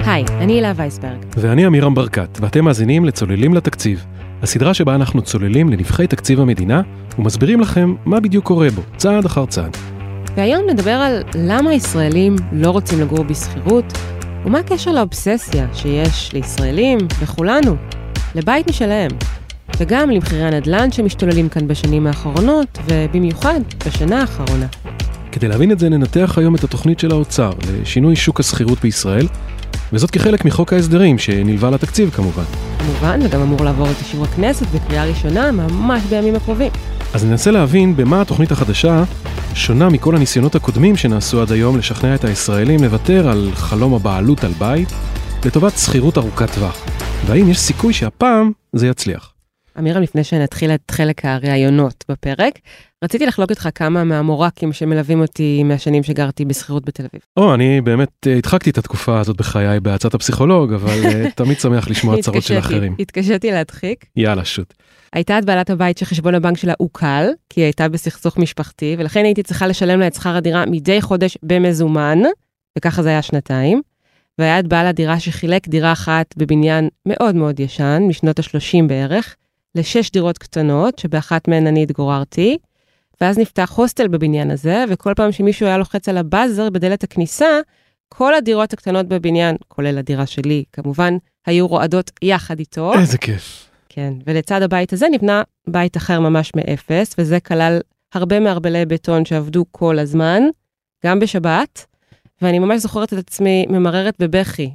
היי, אני הילה וייסברג. ואני אמירם ברקת, ואתם מאזינים לצוללים לתקציב. הסדרה שבה אנחנו צוללים לנבחי תקציב המדינה, ומסבירים לכם מה בדיוק קורה בו, צעד אחר צעד. והיום נדבר על למה ישראלים לא רוצים לגור בסחירות, ומה הקשר לאובססיה שיש לישראלים וכולנו, לבית משלהם, וגם למחירי הנדל"ן שמשתוללים כאן בשנים האחרונות, ובמיוחד בשנה האחרונה. כדי להבין את זה ננתח היום את התוכנית של האוצר לשינוי שוק הסחירות בישראל, וזאת כחלק מחוק ההסדרים שנלווה לתקציב כמובן. כמובן, וגם אמור לעבור את אישור הכנסת בקריאה ראשונה ממש בימים הקרובים. אז ננסה להבין במה התוכנית החדשה שונה מכל הניסיונות הקודמים שנעשו עד היום לשכנע את הישראלים לוותר על חלום הבעלות על בית לטובת סחירות ארוכת טווח. והאם יש סיכוי שהפעם זה יצליח? אמירם, לפני שנתחיל את חלק הראיונות בפרק, רציתי לחלוק איתך כמה מהמורקים שמלווים אותי מהשנים שגרתי בסחירות בתל אביב. אני באמת הדחקתי את התקופה הזאת בחיי בהצעת הפסיכולוג, אבל תמיד שמח לשמוע הצהרות של אחרים. התקשיתי להדחיק. יאללה, שוט. הייתה את בעלת הבית שחשבון הבנק שלה עוקל, כי היא הייתה בסכסוך משפחתי, ולכן הייתי צריכה לשלם לה את שכר הדירה מדי חודש במזומן, וככה זה היה 2 והיה את בעל הדירה שחילק דירה אחת בבניין מאוד מאוד ישן, משנות ה-30 בערך, ל6 דירות קטנות, שבאחת מהן אני התגוררתי, ואז נפתח הוסטל בבניין הזה, וכל פעם שמישהו היה לוחץ על הבאזר בדלת הכניסה, כל הדירות הקטנות בבניין, כולל הדירה שלי, כמובן, היו רועדות יחד איתו. איזה כיף. כן, ולצד הבית הזה נבנה בית אחר ממש מאפס, וזה כלל הרבה מערבלי בטון שעבדו כל הזמן, גם בשבת, ואני ממש זוכרת את עצמי ממררת בבכי,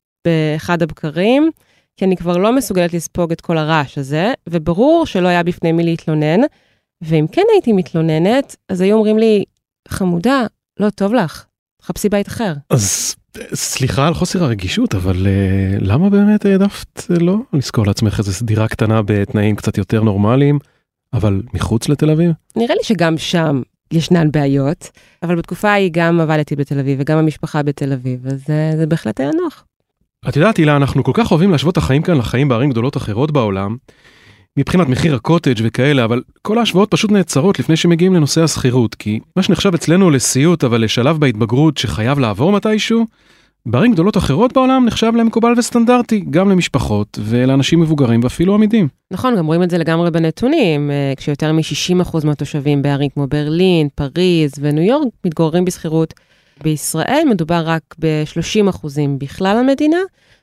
באחד הבקרים, כי אני כבר לא מסוגלת לספוג את כל הרעש הזה, וברור שלא היה בפני מי להתלונן, ואם כן הייתי מתלוננת, אז היו אומרים לי, חמודה, לא טוב לך, חפשי בית אחר. אז סליחה על חוסר הרגישות, אבל למה באמת העדפת לא לזכור לעצמך איזו דירה קטנה בתנאים קצת יותר נורמליים, אבל מחוץ לתל אביב? נראה לי שגם שם ישנן בעיות, אבל בתקופה היא גם עבדתי בתל אביב, וגם המשפחה בתל אביב, אז זה בהחלט היה נוח. את יודעת, הילה, אנחנו כל כך אוהבים להשוות את החיים כאן לחיים בערים גדולות אחרות בעולם, מבחינת מחיר הקוטג' וכאלה, אבל כל ההשוואות פשוט נעצרות לפני שמגיעים לנושא הסחירות, כי מה שנחשב אצלנו לסיוט, אבל לשלב בהתבגרות שחייב לעבור מתישהו, בערים גדולות אחרות בעולם נחשב למקובל וסטנדרטי, גם למשפחות ולאנשים מבוגרים ואפילו עמידים. נכון, גם רואים את זה לגמרי בנתונים, כשיותר מ-60% מהתושבים בערים כמו ברלין, פריז וניו יורק מתגוררים בסחירות. בישראל מדובר רק ב-30% בכלל המדינה,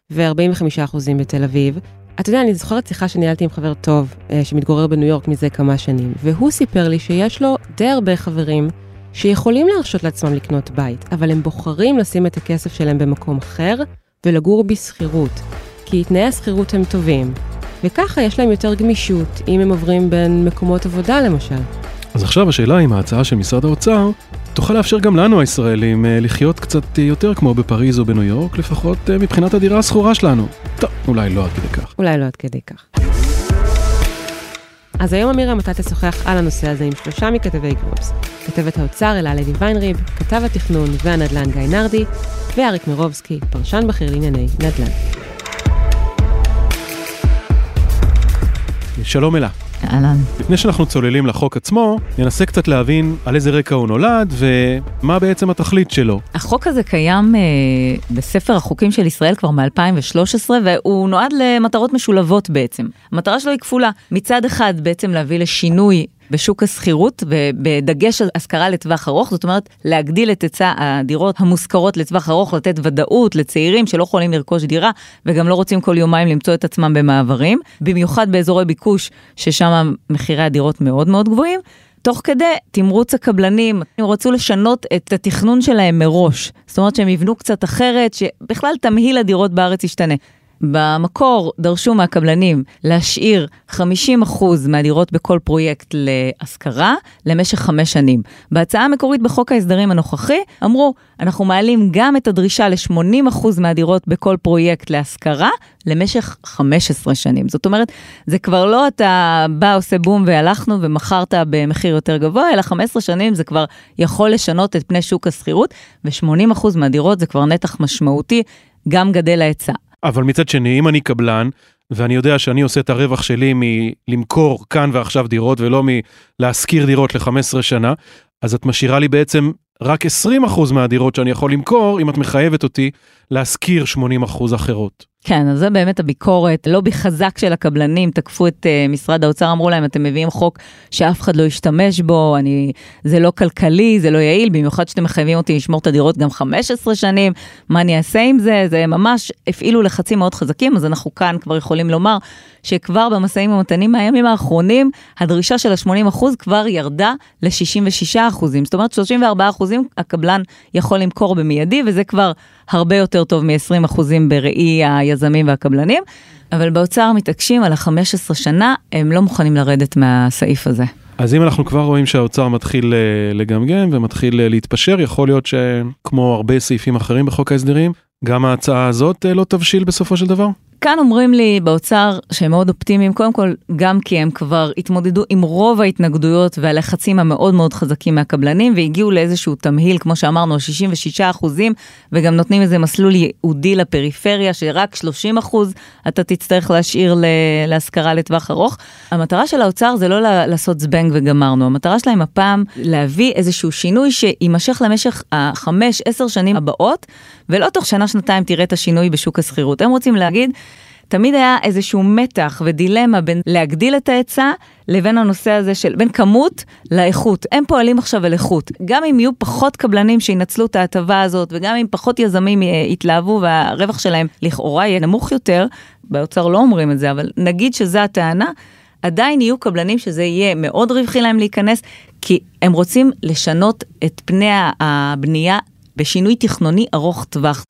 ו-45% בתל אביב. אתה יודע, אני זוכרת שיחה שניהלתי עם חבר טוב, שמתגורר בניו יורק מזה כמה שנים, והוא סיפר לי שיש לו די הרבה חברים, שיכולים להרשות לעצמם לקנות בית, אבל הם בוחרים לשים את הכסף שלהם במקום אחר, ולגור בסחירות, כי תנאי הסחירות הם טובים, וככה יש להם יותר גמישות, אם הם עוברים בין מקומות עבודה למשל. אז עכשיו השאלה אם ההצעה של משרד האוצר, תוכל לאפשר גם לנו הישראלים לחיות קצת יותר כמו בפריז או בניו יורק, לפחות מבחינת הדירה הסחורה שלנו. טוב, אולי לא עד כדי כך. אולי לא עד כדי כך. אז היום אמירם אתה תשוחח על הנושא הזה עם 3 מכתבי גלובס. כתבת האוצר אלה לוי ויינריב, כתב התכנון והנדל"ן גיא נרדי, ואריק מירובסקי, פרשן בכיר לענייני נדל"ן. שלום אלה. אהלן. לפני שאנחנו צוללים לחוק עצמו, ננסה קצת להבין על איזה רקע הוא נולד ומה בעצם התכלית שלו. החוק הזה קיים בספר החוקים של ישראל כבר מ-2013, והוא נועד למטרות משולבות בעצם. המטרה שלו היא כפולה. מצד אחד בעצם להביא לשינוי בשוק הסחירות, ובדגש על השכרה לטווח ארוך, זאת אומרת, להגדיל את היצע הדירות המושכרות לטווח ארוך, לתת ודאות לצעירים שלא יכולים לרכוש דירה, וגם לא רוצים כל יומיים למצוא את עצמם במעברים, במיוחד באזורי ביקוש, ששם מחירי הדירות מאוד מאוד גבוהים, תוך כדי תמרוץ הקבלנים, הם רצו לשנות את התכנון שלהם מראש, זאת אומרת שהם יבנו קצת אחרת, שבכלל תמהיל הדירות בארץ ישתנה. במקור דרשו מהקבלנים להשאיר 50% מהדירות בכל פרויקט להשכרה למשך 5 שנים. בהצעה המקורית בחוק ההסדרים הנוכחי אמרו, אנחנו מעלים גם את הדרישה ל-80% מהדירות בכל פרויקט להשכרה למשך 15 שנים. זאת אומרת, זה כבר לא אתה בא, עושה בום והלכנו ומכרת במחיר יותר גבוה, אלא 15 שנים זה כבר יכול לשנות את פני שוק הסחירות, ו-80% מהדירות זה כבר נתח משמעותי, גם גדל ההיצע. אבל מצד שני, אם אני קבלן, ואני יודע שאני עושה את הרווח שלי מלמכור כאן ועכשיו דירות, ולא מלהשכיר דירות ל-15 שנה, אז את משאירה לי בעצם רק 20% מהדירות שאני יכול למכור, אם את מחייבת אותי להשכיר 80% אחרות. כן, אז זה באמת הביקורת, לובי חזק של הקבלנים, תקפו את משרד האוצר, אמרו להם, אתם מביאים חוק שאף אחד לא ישתמש בו, זה לא כלכלי, זה לא יעיל, במיוחד שאתם מחייבים אותי לשמור את הדירות גם 15 שנים, מה אני אעשה עם זה? זה ממש הפעילו לחצים מאוד חזקים, אז אנחנו כאן כבר יכולים לומר, שכבר במשאים ומתנים מהימים האחרונים, הדרישה של ה-80% כבר ירדה ל-66%, זאת אומרת 34% הקבלן יכול למכור במיידי, וזה כבר הרבה יותר טוב מ-20% בראי היזמים והקבלנים, אבל באוצר מתעקשים על ה-15 שנה, הם לא מוכנים לרדת מהסעיף הזה. אז אם אנחנו כבר רואים שהאוצר מתחיל לגמגם ומתחיל להתפשר, יכול להיות שכמו הרבה סעיפים אחרים בחוק ההסדרים, גם ההצעה הזאת לא תבשיל בסופו של דבר? כאן אומרים לי באוצר שהם מאוד אופטימיים, קודם כל גם כי הם כבר התמודדו עם רוב ההתנגדויות והלחצים המאוד מאוד חזקים מהקבלנים, והגיעו לאיזשהו תמהיל, כמו שאמרנו, 66%, וגם נותנים איזה מסלול ייעודי לפריפריה, שרק 30% אתה תצטרך להשאיר להשכרה לטווח ארוך. המטרה של האוצר זה לא לעשות זבנג וגמרנו, המטרה שלהם הפעם להביא איזשהו שינוי שימשך למשך 5-10 שנים הבאות, ולא תוך שנה-שנתיים תראה את השינוי בשוק השכירות. הם רוצים להגיד, תמיד היה איזשהו מתח ודילמה בין להגדיל את ההיצע לבין הנושא הזה של בין כמות לאיכות. הם פועלים עכשיו על איכות. גם אם יהיו פחות קבלנים שינצלו את ההטבה הזאת, וגם אם פחות יזמים יתלהבו והרווח שלהם לכאורה יהיה נמוך יותר, באוצר לא אומרים את זה, אבל נגיד שזה הטענה, עדיין יהיו קבלנים שזה יהיה מאוד רווחי להם להיכנס, כי הם רוצים לשנות את פני הבנייה בשינוי תכנוני ארוך טווח.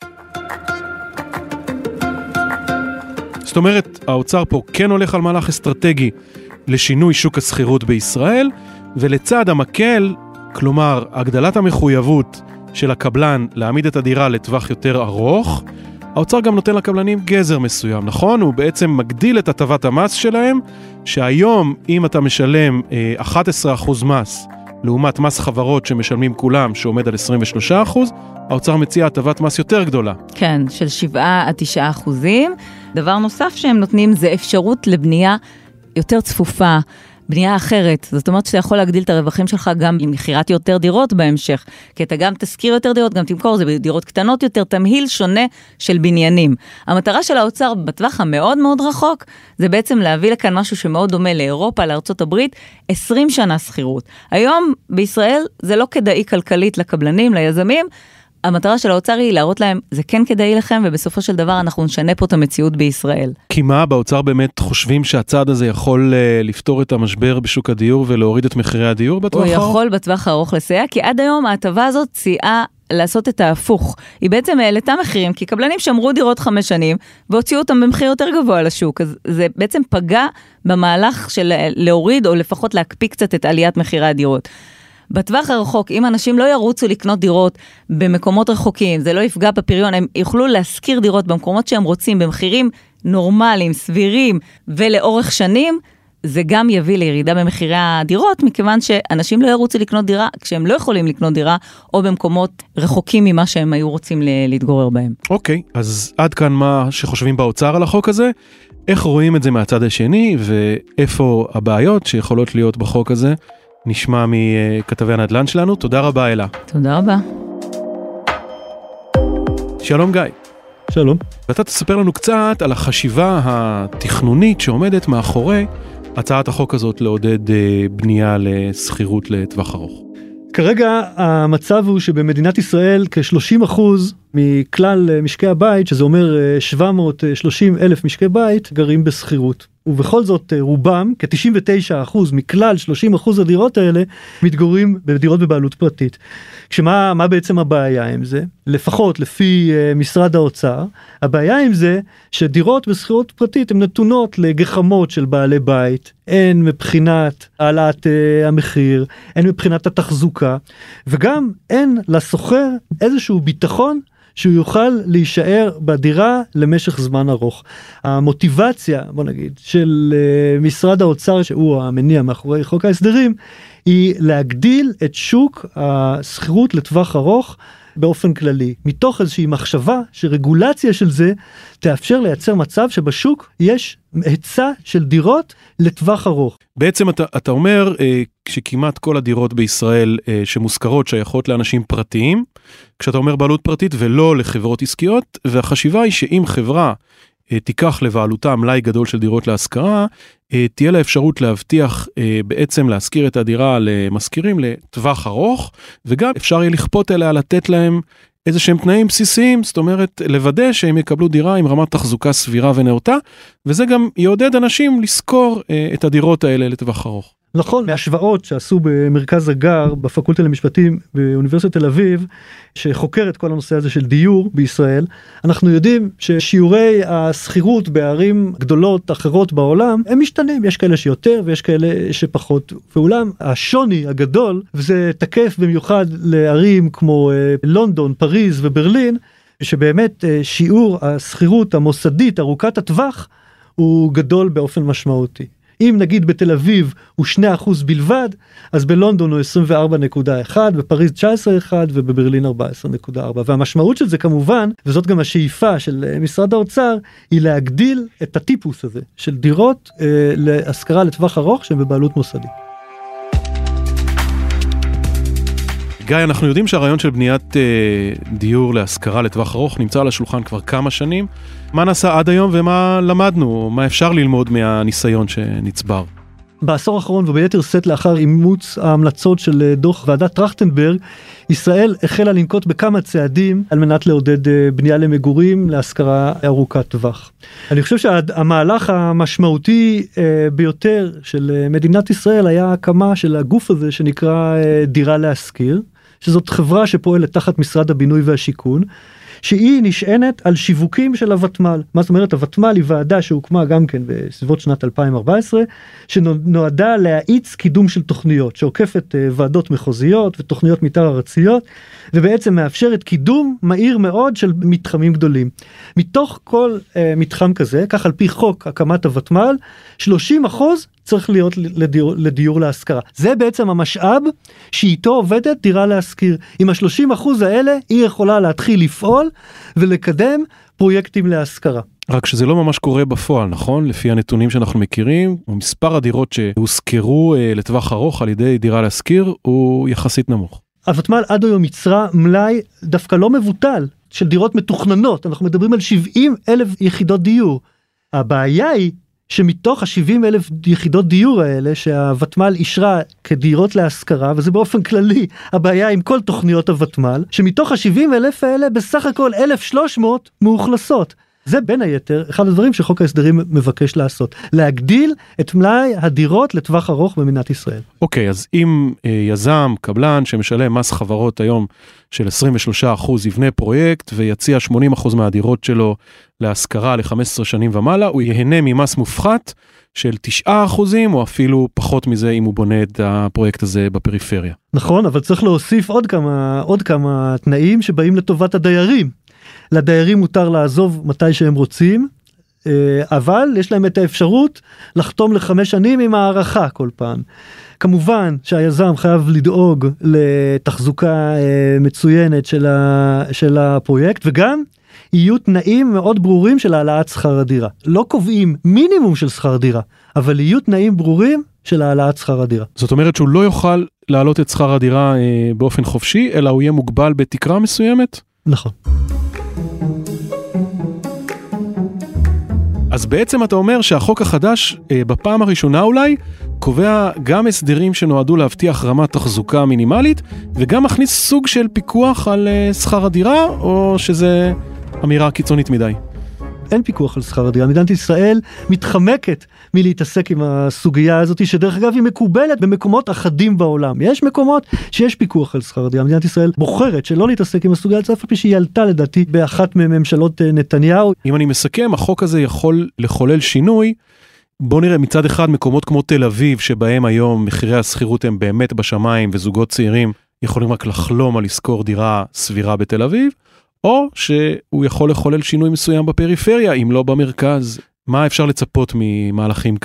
זאת אומרת, האוצר פה כן הולך על מהלך אסטרטגי לשינוי שוק השכירות בישראל, ולצד המקל, כלומר, הגדלת המחויבות של הקבלן להעמיד את הדירה לטווח יותר ארוך, האוצר גם נותן לקבלנים גזר מסוים, נכון? הוא בעצם מגדיל את הטבת המס שלהם, שהיום אם אתה משלם 11% מס, לעומת מס חברות שמשלמים כולם, שעומד על 23%, האוצר מציע הטבת מס יותר גדולה. כן, של 7-9%. דבר נוסף שהם נותנים זה אפשרות לבנייה יותר צפופה, בנייה אחרת. זאת אומרת שאתה יכול להגדיל את הרווחים שלך גם עם מחירת יותר דירות בהמשך, כי אתה גם תזכיר יותר דירות, גם תמכור, זה בדירות קטנות יותר, תמהיל שונה של בניינים. המטרה של האוצר בטווח המאוד מאוד רחוק, זה בעצם להביא לכאן משהו שמאוד דומה לאירופה, לארצות הברית, 20 שנה שכירות. היום בישראל זה לא כדאי כלכלית לקבלנים, ליזמים, המטרה של האוצר היא להראות להם, זה כן כדאי לכם, ובסופו של דבר אנחנו נשנה פה את המציאות בישראל. כי מה, באוצר באמת חושבים שהצעד הזה יכול לפתור את המשבר בשוק הדיור, ולהוריד את מחירי הדיור בטווח הארוך? הוא יכול בטווח הארוך לסייע, כי עד היום ההטבה הזאת סייעה לעשות את ההפוך. היא בעצם העלתה מחירים, כי קבלנים שמרו דירות 5 שנים, והוציאו אותם במחיר יותר גבוה לשוק, אז זה בעצם פגע במהלך של להוריד, או לפחות להקפיא קצת את עליית מחירי הדירות. בטווח הרחוק, אם אנשים לא ירוצו לקנות דירות במקומות רחוקים, זה לא יפגע בפריון, הם יוכלו להשכיר דירות במקומות שהם רוצים, במחירים נורמליים, סבירים, ולאורך שנים, זה גם יביא לירידה במחירי הדירות, מכיוון שאנשים לא ירוצו לקנות דירה, כשהם לא יכולים לקנות דירה, או במקומות רחוקים ממה שהם היו רוצים להתגורר בהם. אוקיי, אז עד כאן מה שחושבים באוצר על החוק הזה, איך רואים את זה מהצד השני, ואיפה הבעיות שיכולות להיות בחוק הזה, נשמע מכתבי הנדל"ן שלנו. תודה רבה, אלה. תודה רבה. שלום גיא. שלום. ואתה תספר לנו קצת על החשיבה התכנונית שעומדת מאחורי הצעת החוק הזאת לעודד בנייה לסחירות לטווח ארוך. כרגע המצב הוא שבמדינת ישראל כ-30% מכלל משקי הבית, שזה אומר 730,000 משקי בית, גרים בסחירות. ובכל זאת רובם, כ-99% מכלל 30% הדירות האלה, מתגוררים בדירות בבעלות פרטית. כשמה בעצם הבעיה עם זה? לפחות לפי משרד האוצר, הבעיה עם זה שדירות בסחירות פרטית הן נתונות לגחמות של בעלי בית, הן מבחינת העלאת המחיר, הן מבחינת התחזוקה, וגם אין לסוחר איזשהו ביטחון שהוא יוכל להישאר בדירה למשך זמן ארוך. המוטיבציה, בוא נגיד, של משרד האוצר, שהוא המניע מאחורי חוק ההסדרים, היא להגדיל את שוק הסחירות לטווח ארוך, באופן כללי, מתוך איזושהי מחשבה שרגולציה של זה תאפשר לייצר מצב שבשוק יש היצע של דירות לטווח ארוך. בעצם אתה אומר שכמעט כל הדירות בישראל שמוזכרות שייכות לאנשים פרטיים, כשאתה אומר בעלות פרטית ולא לחברות עסקיות, והחשיבה היא שאם חברה תיקח לבעלותה מלאי גדול של דירות להשכרה, תהיה לה אפשרות להבטיח בעצם להשכיר את הדירה למשכירים לטווח ארוך, וגם אפשר יהיה לכפות אליה לתת להם איזה שהם תנאים בסיסיים, זאת אומרת לוודא שהם יקבלו דירה עם רמת תחזוקה סבירה ונאותה, וזה גם יעודד אנשים לשכור את הדירות האלה לטווח ארוך. נכון, מהשוואות שעשו במרכז הגר, בפקולטה למשפטים באוניברסיטת תל אביב, שחוקר את כל הנושא הזה של דיור בישראל, אנחנו יודעים ששיעורי השכירות בערים גדולות אחרות בעולם, הם משתנים, יש כאלה שיותר ויש כאלה שפחות, ואולם השוני הגדול, וזה תקף במיוחד לערים כמו לונדון, פריז וברלין, שבאמת שיעור השכירות המוסדית ארוכת הטווח, הוא גדול באופן משמעותי. אם נגיד בתל אביב הוא 2% בלבד, אז בלונדון הוא 24.1, בפריז 19.1 ובברלין 14.4. והמשמעות של זה כמובן, וזאת גם השאיפה של משרד האוצר, היא להגדיל את הטיפוס הזה של דירות להשכרה לטווח ארוך שהן בבעלות מוסדית. גיא, אנחנו יודעים שהרעיון של בניית דיור להשכרה לטווח ארוך נמצא על השולחן כבר כמה שנים. מה נעשה עד היום ומה למדנו? מה אפשר ללמוד מהניסיון שנצבר? בעשור האחרון וביתר שאת לאחר אימוץ ההמלצות של דוח ועדת טרכטנברג, ישראל החלה לנקוט בכמה צעדים על מנת לעודד בנייה למגורים להשכרה ארוכת טווח. אני חושב שהמהלך המשמעותי ביותר של מדינת ישראל היה הקמה של הגוף הזה שנקרא דירה להשכיר, שזאת חברה שפועלת תחת משרד הבינוי והשיכון, שהיא נשענת על שיווקים של הוותמ"ל. מה זאת אומרת? הוותמ"ל היא ועדה שהוקמה גם כן בסביבות שנת 2014, שנועדה להאיץ קידום של תוכניות, שעוקפת ועדות מחוזיות ותוכניות מתאר ארציות, ובעצם מאפשרת קידום מהיר מאוד של מתחמים גדולים. מתוך כל מתחם כזה, כך על פי חוק הקמת הוותמ"ל, 30% צריך להיות לדיור להשכרה. זה בעצם המשאב שאיתו עובדת דירה להשכיר. עם ה-30% האלה היא יכולה להתחיל לפעול ולקדם פרויקטים להשכרה. רק שזה לא ממש קורה בפועל, נכון? לפי הנתונים שאנחנו מכירים, מספר הדירות שהוזכרו לטווח ארוך על ידי דירה להשכיר הוא יחסית נמוך. הוותמ"ל עד היום יצרה מלאי דווקא לא מבוטל של דירות מתוכננות. אנחנו מדברים על 70,000 יחידות דיור. הבעיה היא שמתוך ה-70,000 יחידות דיור האלה שהוותמ"ל אישרה כדירות להשכרה, וזה באופן כללי הבעיה עם כל תוכניות הוותמ"ל, שמתוך ה-70,000 האלה בסך הכל 1,300 מאוכלסות. זה בין היתר אחד הדברים שחוק ההסדרים מבקש לעשות, להגדיל את מלאי הדירות לטווח ארוך במדינת ישראל. אוקיי, אז אם יזם, קבלן שמשלם מס חברות היום של 23% יבנה פרויקט ויציע 80% מהדירות שלו להשכרה ל-15 שנים ומעלה, הוא יהנה ממס מופחת של 9% או אפילו פחות מזה אם הוא בונה את הפרויקט הזה בפריפריה. נכון, אבל צריך להוסיף עוד כמה תנאים שבאים לטובת הדיירים. לדיירים מותר לעזוב מתי שהם רוצים, אבל יש להם את האפשרות לחתום ל5 שנים עם הערכה כל פעם. כמובן שהיזם חייב לדאוג לתחזוקה מצוינת של הפרויקט, וגם יהיו תנאים מאוד ברורים של העלאת שכר הדירה. לא קובעים מינימום של שכר דירה, אבל יהיו תנאים ברורים של העלאת שכר הדירה. זאת אומרת שהוא לא יוכל להעלות את שכר הדירה באופן חופשי, אלא הוא יהיה מוגבל בתקרה מסוימת? נכון. אז בעצם אתה אומר שהחוק החדש, בפעם הראשונה אולי, קובע גם הסדרים שנועדו להבטיח רמת תחזוקה מינימלית, וגם מכניס סוג של פיקוח על שכר הדירה, או שזה אמירה קיצונית מדי? אין פיקוח על שכר הדירה. מדינת ישראל מתחמקת מלהתעסק עם הסוגיה הזאת, שדרך אגב היא מקובלת במקומות אחדים בעולם. יש מקומות שיש פיקוח על שכר הדירה. מדינת ישראל בוחרת שלא להתעסק עם הסוגיה הזאת, אף על פי שהיא עלתה לדעתי באחת מממשלות נתניהו. אם אני מסכם, החוק הזה יכול לחולל שינוי. בוא נראה, מצד אחד מקומות כמו תל אביב, שבהם היום מחירי השכירות הם באמת בשמיים, וזוגות צעירים יכולים רק לחלום על לשכור דירה סבירה בתל אביב, או שהוא יכול לחולל שינוי מסוים בפריפריה, אם לא במרכז. מה אפשר לצפות ממהלכים כאלה?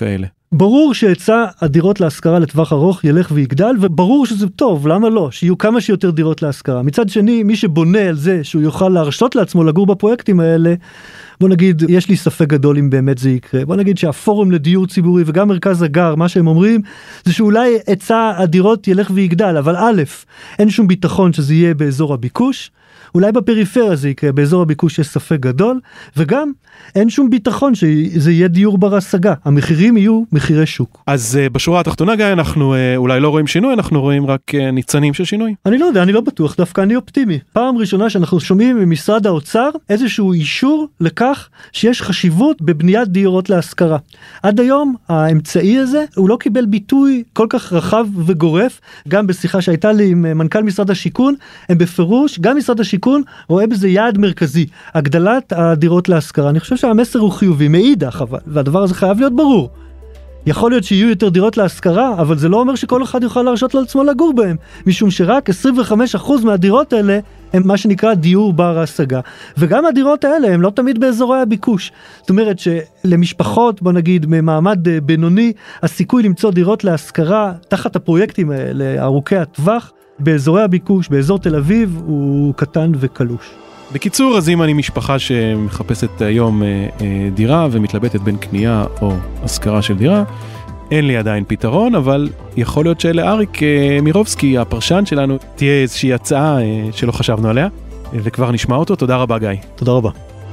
ברור שהיצע הדירות להשכרה לטווח ארוך ילך ויגדל, וברור שזה טוב, למה לא? שיהיו כמה שיותר דירות להשכרה. מצד שני, מי שבונה על זה שהוא יוכל להרשות לעצמו לגור בפרויקטים האלה, בוא נגיד, יש לי ספק גדול אם באמת זה יקרה. בוא נגיד שהפורום לדיור ציבורי וגם מרכז הגר, מה שהם אומרים, זה שאולי היצע הדירות ילך ויגדל, אבל א', אין שום ביטחון שזה יהיה באזור הביקוש, אולי בפריפריה זה יקרה, באזור הביקוש יש ספק גדול, וגם אין שום ביטחון שזה יהיה דיור בר השגה, המחירים יהיו מחירי שוק. אז בשורה התחתונה גיא, אנחנו אולי לא רואים שינוי, אנחנו רואים רק ניצנים של שינוי. אני לא יודע, אני לא בטוח, דווקא אני אופטימי. פעם ראשונה שאנחנו שומעים ממשרד האוצר איזשהו אישור לכך שיש חשיבות בבניית דירות להשכרה. עד היום האמצעי הזה הוא לא קיבל ביטוי כל כך רחב וגורף, גם בשיחה שהייתה לי עם מנכ"ל משרד השיכון, הם בפירוש, גם משרד השיכון רואה בזה יעד מרכזי, הגדלת הדירות להשכרה. אני חושב שהמסר הוא חיובי, מאידך, והדבר הזה חייב להיות ברור. יכול להיות שיהיו יותר דירות להשכרה, אבל זה לא אומר שכל אחד יוכל להרשות לעצמו לגור בהם, משום שרק 25% מהדירות האלה הם מה שנקרא דיור בר השגה. וגם הדירות האלה הם לא תמיד באזורי הביקוש. זאת אומרת שלמשפחות, בוא נגיד, ממעמד בינוני, הסיכוי למצוא דירות להשכרה תחת הפרויקטים האלה, ארוכי הטווח, באזורי הביקוש, באזור תל אביב, הוא קטן וקלוש. בקיצור, אז אם אני משפחה שמחפשת היום דירה ומתלבטת בין קנייה או השכרה של דירה, אין לי עדיין פתרון, אבל יכול להיות שלאריק מירובסקי, הפרשן שלנו, תהיה איזושהי הצעה שלא חשבנו עליה, וכבר נשמע אותו. תודה רבה, גיא. תודה רבה.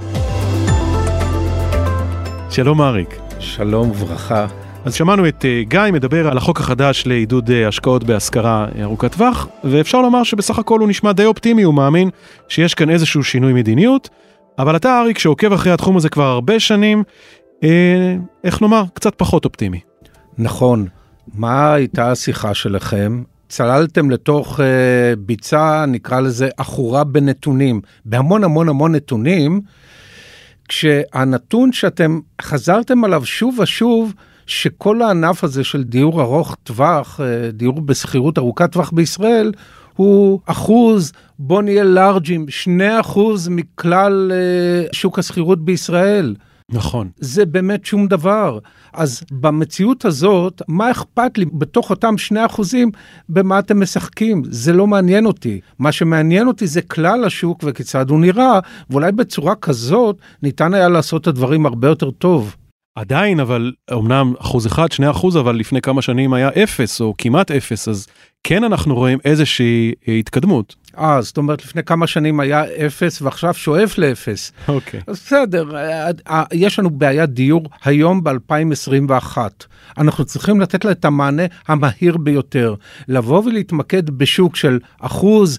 שלום אריק. שלום וברכה. אז שמענו את גיא מדבר על החוק החדש לעידוד השקעות בהשכרה ארוכת טווח, ואפשר לומר שבסך הכל הוא נשמע די אופטימי, הוא מאמין שיש כאן איזשהו שינוי מדיניות, אבל אתה אריק שעוקב אחרי התחום הזה כבר הרבה שנים, איך נאמר, קצת פחות אופטימי. נכון, מה הייתה השיחה שלכם? צללתם לתוך ביצה, נקרא לזה אחורה בנתונים, בהמון המון המון נתונים, כשהנתון שאתם חזרתם עליו שוב ושוב, שכל הענף הזה של דיור ארוך טווח, דיור בסחירות ארוכת טווח בישראל, הוא אחוז, בוא נהיה לארג'ים, 2% מכלל שוק הסחירות בישראל. נכון. זה באמת שום דבר. אז במציאות הזאת, מה אכפת לי בתוך אותם 2% במה אתם משחקים? זה לא מעניין אותי. מה שמעניין אותי זה כלל השוק וכיצד הוא נראה, ואולי בצורה כזאת ניתן היה לעשות את הדברים הרבה יותר טוב. עדיין, אבל אמנם 1%, 2%, אבל לפני כמה שנים היה 0 או כמעט 0, אז כן אנחנו רואים איזושהי התקדמות. זאת אומרת, לפני כמה שנים היה 0 ועכשיו שואף ל0. אוקיי. אז בסדר, יש לנו בעיית דיור היום ב-2021. אנחנו צריכים לתת לה את המענה המהיר ביותר. לבוא ולהתמקד בשוק של 1%,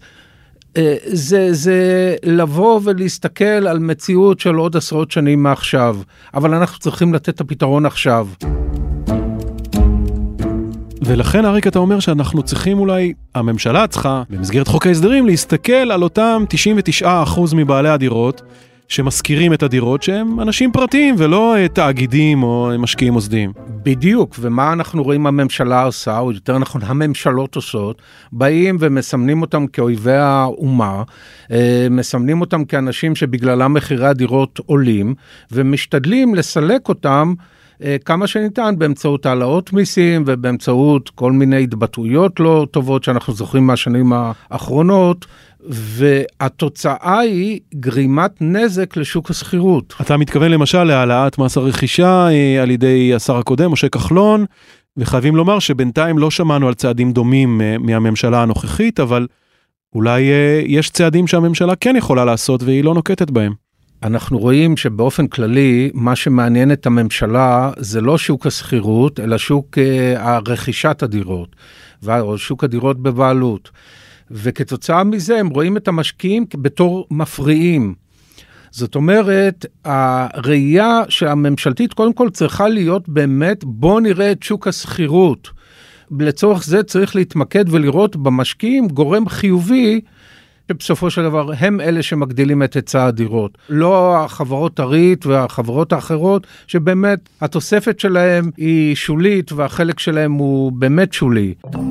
זה לבוא ולהסתכל על מציאות של עוד עשרות שנים מעכשיו, אבל אנחנו צריכים לתת את הפתרון עכשיו. ולכן אריק אתה אומר שאנחנו צריכים אולי, הממשלה צריכה במסגרת חוק ההסדרים להסתכל על אותם 99% מבעלי הדירות שמזכירים את הדירות שהם אנשים פרטיים ולא תאגידים או משקיעים מוסדיים. בדיוק, ומה אנחנו רואים הממשלה עושה, או יותר נכון הממשלות עושות, באים ומסמנים אותם כאויבי האומה, מסמנים אותם כאנשים שבגללם מחירי הדירות עולים, ומשתדלים לסלק אותם כמה שניתן באמצעות העלאות מיסים ובאמצעות כל מיני התבטאויות לא טובות שאנחנו זוכרים מהשנים האחרונות, והתוצאה היא גרימת נזק לשוק הסחירות. אתה מתכוון למשל להעלאת מס הרכישה על ידי השר הקודם, משה כחלון, וחייבים לומר שבינתיים לא שמענו על צעדים דומים מהממשלה הנוכחית, אבל אולי יש צעדים שהממשלה כן יכולה לעשות והיא לא נוקטת בהם. אנחנו רואים שבאופן כללי, מה שמעניין את הממשלה זה לא שוק הסחירות, אלא שוק הרכישת הדירות, או שוק הדירות בבעלות. וכתוצאה מזה הם רואים את המשקיעים בתור מפריעים. זאת אומרת, הראייה שהממשלתית קודם כל צריכה להיות באמת, בוא נראה את שוק הסחירות. לצורך זה צריך להתמקד ולראות במשקיעים גורם חיובי, שבסופו של דבר הם אלה שמגדילים את היצע הדירות. לא החברות הרית והחברות האחרות, שבאמת התוספת שלהם היא שולית והחלק שלהם הוא באמת שולי.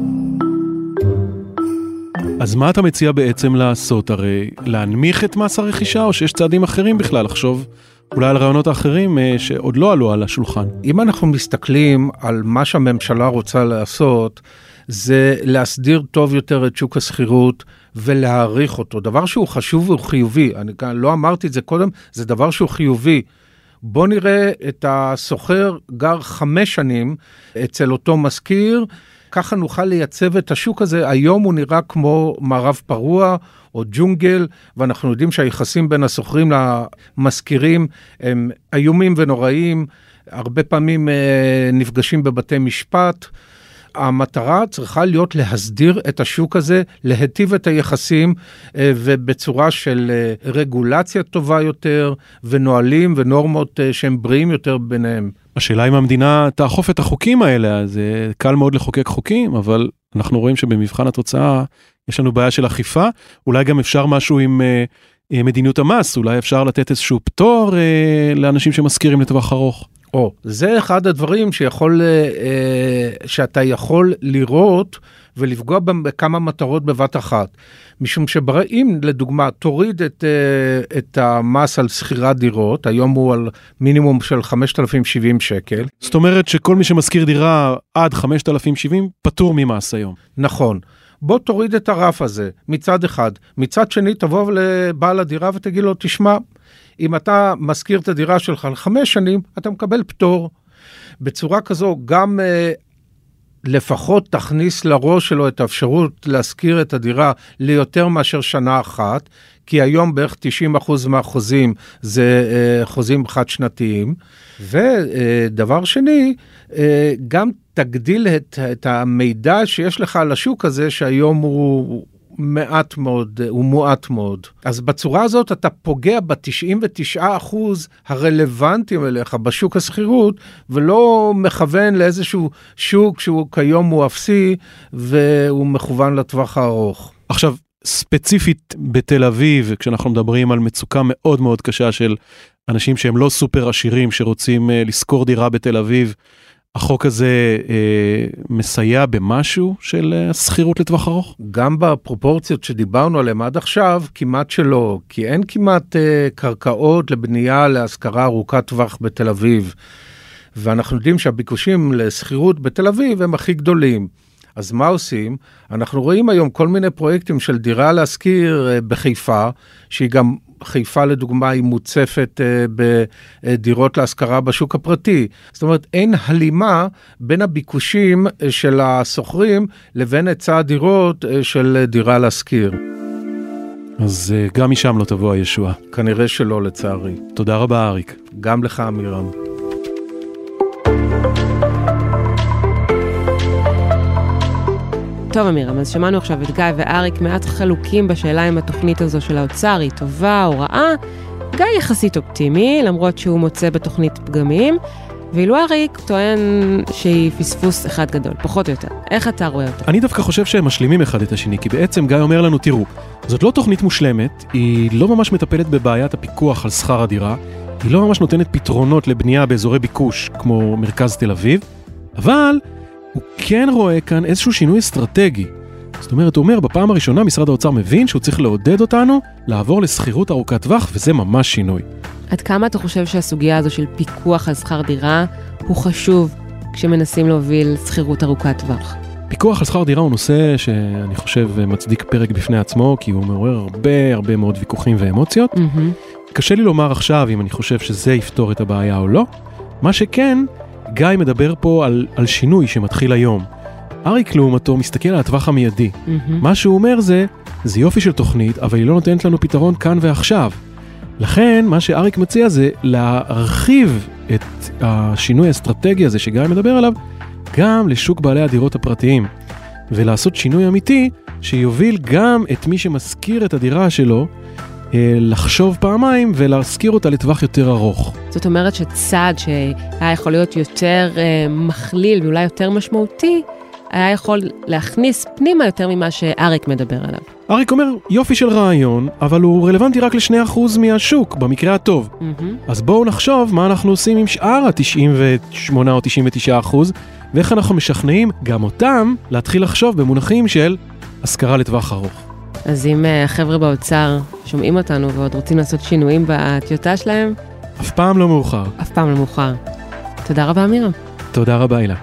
אז מה אתה מציע בעצם לעשות? הרי להנמיך את מס הרכישה או שיש צעדים אחרים בכלל? לחשוב אולי על רעיונות האחרים שעוד לא עלו על השולחן. אם אנחנו מסתכלים על מה שהממשלה רוצה לעשות, זה להסדיר טוב יותר את שוק השכירות ולהעריך אותו. דבר שהוא חשוב והוא חיובי. אני לא אמרתי את זה קודם, זה דבר שהוא חיובי. בוא נראה את הסוחר גר 5 שנים אצל אותו מזכיר, ככה נוכל לייצב את השוק הזה. היום הוא נראה כמו מערב פרוע או ג'ונגל, ואנחנו יודעים שהיחסים בין הסוחרים למזכירים הם איומים ונוראים, הרבה פעמים נפגשים בבתי משפט. המטרה צריכה להיות להסדיר את השוק הזה, להטיב את היחסים ובצורה של רגולציה טובה יותר ונועלים ונורמות שהם בריאים יותר ביניהם. השאלה אם המדינה תאכוף את החוקים האלה, אז קל מאוד לחוקק חוקים, אבל אנחנו רואים שבמבחן התוצאה יש לנו בעיה של אכיפה, אולי גם אפשר משהו עם מדיניות המס, אולי אפשר לתת איזשהו פטור לאנשים שמזכירים לטווח ארוך. זה אחד הדברים שאתה יכול לראות ולפגוע בכמה מטרות בבת אחת. משום שאם לדוגמה תוריד את המס על שכירת דירות, היום הוא על מינימום של 5,070 שקל. זאת אומרת שכל מי שמזכיר דירה עד 5,070 פטור ממס היום. נכון. בוא תוריד את הרף הזה מצד אחד. מצד שני תבוא לבעל הדירה ותגיד לו, תשמע, אם אתה מזכיר את הדירה שלך על 5 שנים, אתה מקבל פטור. בצורה כזו גם לפחות תכניס לראש שלו את האפשרות להזכיר את הדירה ליותר מאשר שנה אחת, כי היום בערך 90% מהחוזים זה חוזים חד-שנתיים. ודבר שני, גם תגדיל את המידע שיש לך על השוק הזה, שהיום הוא מועט מאוד. אז בצורה הזאת אתה פוגע ב-99% הרלוונטיים אליך בשוק השכירות, ולא מכוון לאיזשהו שוק שהוא כיום הוא אפסי, והוא מכוון לטווח הארוך. עכשיו, ספציפית בתל אביב, כשאנחנו מדברים על מצוקה מאוד מאוד קשה של אנשים שהם לא סופר עשירים, שרוצים לשכור דירה בתל אביב, החוק הזה מסייע במשהו של שכירות לטווח ארוך? גם בפרופורציות שדיברנו עליהן עד עכשיו, כמעט שלא, כי אין כמעט קרקעות לבנייה להשכרה ארוכת טווח בתל אביב, ואנחנו יודעים שהביקושים לשכירות בתל אביב הם הכי גדולים. אז מה עושים? אנחנו רואים היום כל מיני פרויקטים של דירה להשכיר בחיפה, שהיא גם חיפה לדוגמה היא מוצפת בדירות להשכרה בשוק הפרטי. זאת אומרת, אין הלימה בין הביקושים של הסוחרים לבין היצע הדירות של דירה להשכיר. אז גם משם לא תבוא הישועה. כנראה שלא, לצערי. תודה רבה, אריק. גם לך, אמירם. טוב אמירם, אז שמענו עכשיו את גיא ואריק מעט חלוקים בשאלה אם התוכנית הזו של האוצר היא טובה או רעה. גיא יחסית אופטימי, למרות שהוא מוצא בתוכנית פגמים, ואילו אריק טוען שהיא פספוס אחד גדול, פחות או יותר. איך אתה רואה אותה? אני דווקא חושב שהם משלימים אחד את השני, כי בעצם גיא אומר לנו, תראו, זאת לא תוכנית מושלמת, היא לא ממש מטפלת בבעיית הפיקוח על שכר הדירה, היא לא ממש נותנת פתרונות לבנייה באזורי ביקוש כמו מרכז תל אביב, אבל הוא כן רואה כאן איזשהו שינוי אסטרטגי. זאת אומרת, הוא אומר, בפעם הראשונה משרד האוצר מבין שהוא צריך לעודד אותנו לעבור לשכירות ארוכת טווח, וזה ממש שינוי. עד כמה אתה חושב שהסוגיה הזו של פיקוח על שכר דירה הוא חשוב כשמנסים להוביל שכירות ארוכת טווח? פיקוח על שכר דירה הוא נושא שאני חושב מצדיק פרק בפני עצמו, כי הוא מעורר הרבה מאוד ויכוחים ואמוציות. קשה לי לומר עכשיו אם אני חושב שזה יפתור את הבעיה או לא. מה שכן, גיא מדבר פה על שינוי שמתחיל היום. אריק לעומתו מסתכל על הטווח המיידי. מה שהוא אומר זה יופי של תוכנית, אבל היא לא נותנת לנו פתרון כאן ועכשיו. לכן, מה שאריק מציע זה להרחיב את השינוי האסטרטגי הזה שגיא מדבר עליו, גם לשוק בעלי הדירות הפרטיים, ולעשות שינוי אמיתי שיוביל גם את מי שמזכיר את הדירה שלו, לחשוב פעמיים ולהזכיר אותה לטווח יותר ארוך. זאת אומרת שצעד שהיה יכול להיות יותר מכליל ואולי יותר משמעותי, היה יכול להכניס פנימה יותר ממה שאריק מדבר עליו. אריק אומר, יופי של רעיון, אבל הוא רלוונטי רק ל2% מהשוק, במקרה הטוב. אז בואו נחשוב מה אנחנו עושים עם שאר ה-98 או 99%, ואיך אנחנו משכנעים גם אותם להתחיל לחשוב במונחים של השכרה לטווח ארוך. אז אם החבר'ה באוצר שומעים אותנו ועוד רוצים לעשות שינויים בטיוטה שלהם, אף פעם לא מאוחר. אף פעם לא מאוחר. תודה רבה, מירה. תודה רבה, אילה.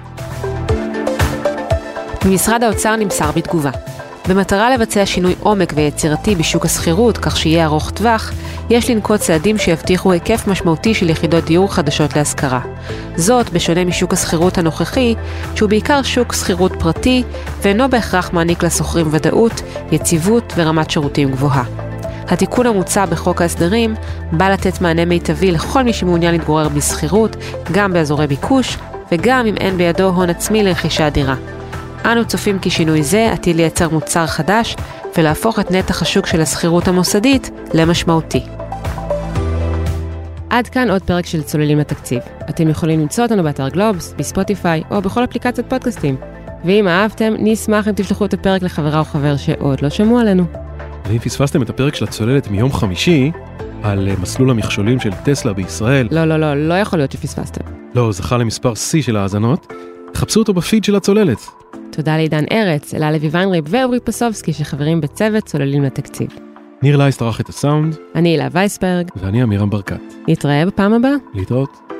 ממשרד האוצר נמסר בתגובה. במטרה לבצע שינוי עומק ויצירתי בשוק השכירות, כך שיהיה ארוך טווח, יש לנקוט צעדים שיבטיחו היקף משמעותי של יחידות דיור חדשות להשכרה. זאת בשונה משוק השכירות הנוכחי, שהוא בעיקר שוק שכירות פרטי, ואינו בהכרח מעניק לשוכרים ודאות, יציבות ורמת שירותים גבוהה. התיקון המוצע בחוק ההסדרים בא לתת מענה מיטבי לכל מי שמעוניין להתגורר בשכירות, גם באזורי ביקוש, וגם אם אין בידו הון עצמי לרכישת דירה. אנו צופים כי שינוי זה עתיד לייצר מוצר חדש ולהפוך את נתח השוק של השכירות המוסדית למשמעותי. עד כאן עוד פרק של צוללים לתקציב. אתם יכולים למצוא אותנו באתר גלובס, בספוטיפיי או בכל אפליקציית פודקאסטים. ואם אהבתם, נשמח אם תשלחו את הפרק לחברה או חבר שעוד לא שמעו עלינו. ואם פספסתם את הפרק של הצוללת מיום חמישי, על מסלול המכשולים של טסלה בישראל. לא יכול להיות שפספסתם. לא, זכה למספר C של האזנות. חפשו אותו בפיד של הצוללת. תודה לעידן ארץ, אלה לוי ויינריב ואורי פסובסקי שחברים בצוות צוללים לתקציב. ניר לייס ערך את הסאונד. אני אילה וייסברג. ואני אמירם ברקת. נתראה בפעם הבאה. להתראות.